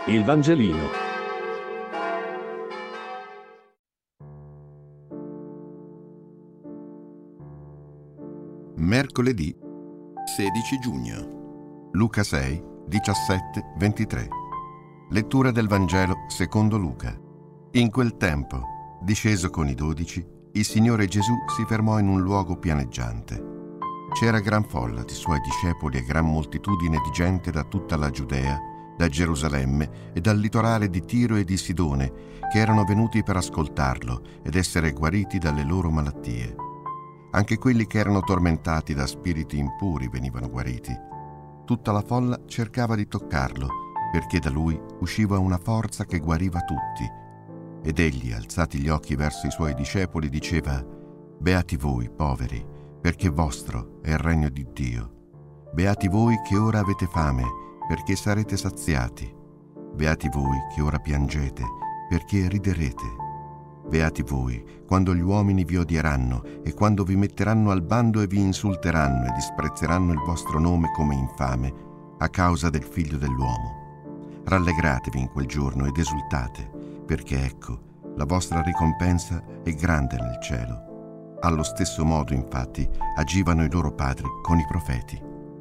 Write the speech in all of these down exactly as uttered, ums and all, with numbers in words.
Il Vangelino. Mercoledì sedici giugno. Luca sei, diciassette, ventitré. Lettura del Vangelo secondo Luca. In quel tempo, disceso con i dodici, il Signore Gesù si fermò in un luogo pianeggiante. C'era gran folla di suoi discepoli e gran moltitudine di gente da tutta la Giudea, da Gerusalemme e dal litorale di Tiro e di Sidone, che erano venuti per ascoltarlo ed essere guariti dalle loro malattie. Anche quelli che erano tormentati da spiriti impuri venivano guariti. Tutta la folla cercava di toccarlo, perché da lui usciva una forza che guariva tutti. Ed egli, alzati gli occhi verso i suoi discepoli, diceva: «Beati voi, poveri, perché vostro è il regno di Dio. Beati voi che ora avete fame, perché sarete saziati. Beati voi che ora piangete, perché riderete. Beati voi quando gli uomini vi odieranno e quando vi metteranno al bando e vi insulteranno e disprezzeranno il vostro nome come infame a causa del Figlio dell'uomo. Rallegratevi in quel giorno ed esultate, perché ecco, la vostra ricompensa è grande nel cielo. Allo stesso modo, infatti, agivano i loro padri con i profeti».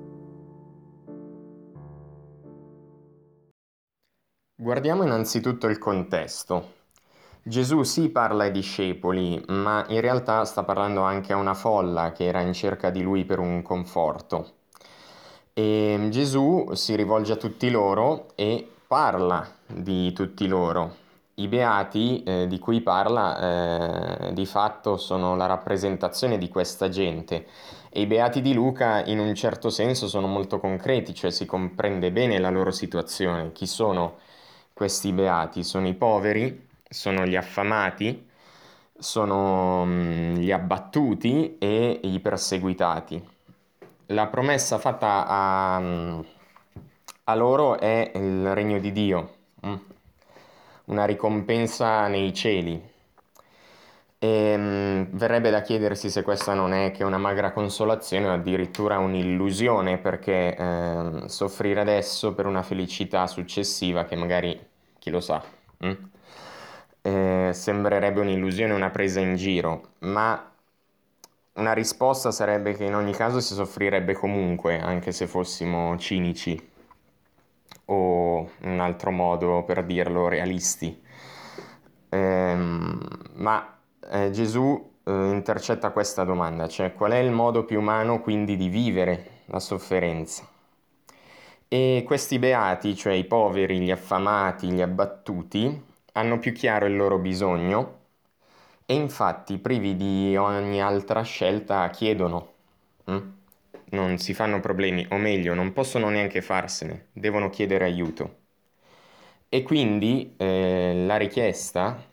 Guardiamo innanzitutto il contesto. Gesù sì parla ai discepoli, ma in realtà sta parlando anche a una folla che era in cerca di lui per un conforto. E Gesù si rivolge a tutti loro e parla di tutti loro. I beati eh, di cui parla eh, di fatto sono la rappresentazione di questa gente, e i beati di Luca in un certo senso sono molto concreti, cioè si comprende bene la loro situazione. Chi sono questi beati? Sono i poveri, sono gli affamati, sono mm, gli abbattuti e i perseguitati. La promessa fatta a, a loro è il regno di Dio, mm, una ricompensa nei cieli. E, mm, verrebbe da chiedersi se questa non è che una magra consolazione o addirittura un'illusione, perché ehm, soffrire adesso per una felicità successiva che magari, chi lo sa, mm? Eh, sembrerebbe un'illusione, una presa in giro, ma una risposta sarebbe che in ogni caso si soffrirebbe comunque, anche se fossimo cinici o un altro modo per dirlo, realisti. Ehm, ma eh, Gesù eh, intercetta questa domanda, cioè qual è il modo più umano quindi di vivere la sofferenza? E questi beati, cioè i poveri, gli affamati, gli abbattuti, hanno più chiaro il loro bisogno e infatti, privi di ogni altra scelta, chiedono. mm? Non si fanno problemi, o meglio, non possono neanche farsene, devono chiedere aiuto. E quindi eh, la richiesta,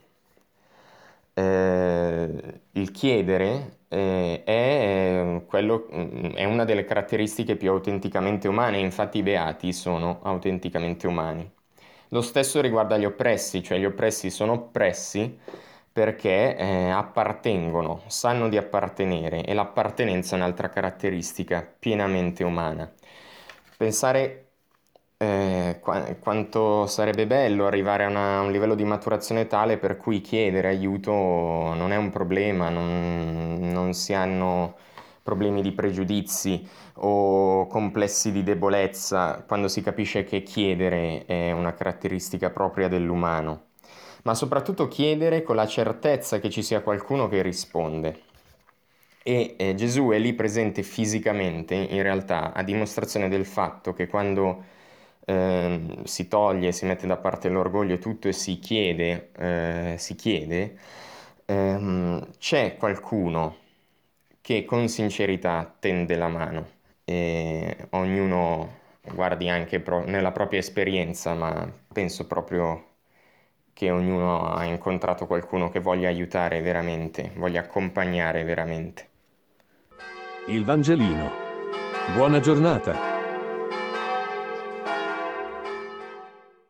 eh, il chiedere, eh, è, quello, è una delle caratteristiche più autenticamente umane, infatti i beati sono autenticamente umani. Lo stesso riguarda gli oppressi, cioè gli oppressi sono oppressi perché eh, appartengono, sanno di appartenere, e l'appartenenza è un'altra caratteristica pienamente umana. Pensare eh, qua- quanto sarebbe bello arrivare a, una- a un livello di maturazione tale per cui chiedere aiuto non è un problema, non, non si hanno problemi di pregiudizi o complessi di debolezza, quando si capisce che chiedere è una caratteristica propria dell'umano, ma soprattutto chiedere con la certezza che ci sia qualcuno che risponde. E eh, Gesù è lì presente fisicamente, in realtà, a dimostrazione del fatto che quando ehm, si toglie, si mette da parte l'orgoglio e tutto e si chiede, eh, si chiede, ehm, c'è qualcuno che con sincerità tende la mano, e ognuno guardi anche pro- nella propria esperienza, ma penso proprio che ognuno ha incontrato qualcuno che voglia aiutare veramente, voglia accompagnare veramente. Il Vangelino. Buona giornata.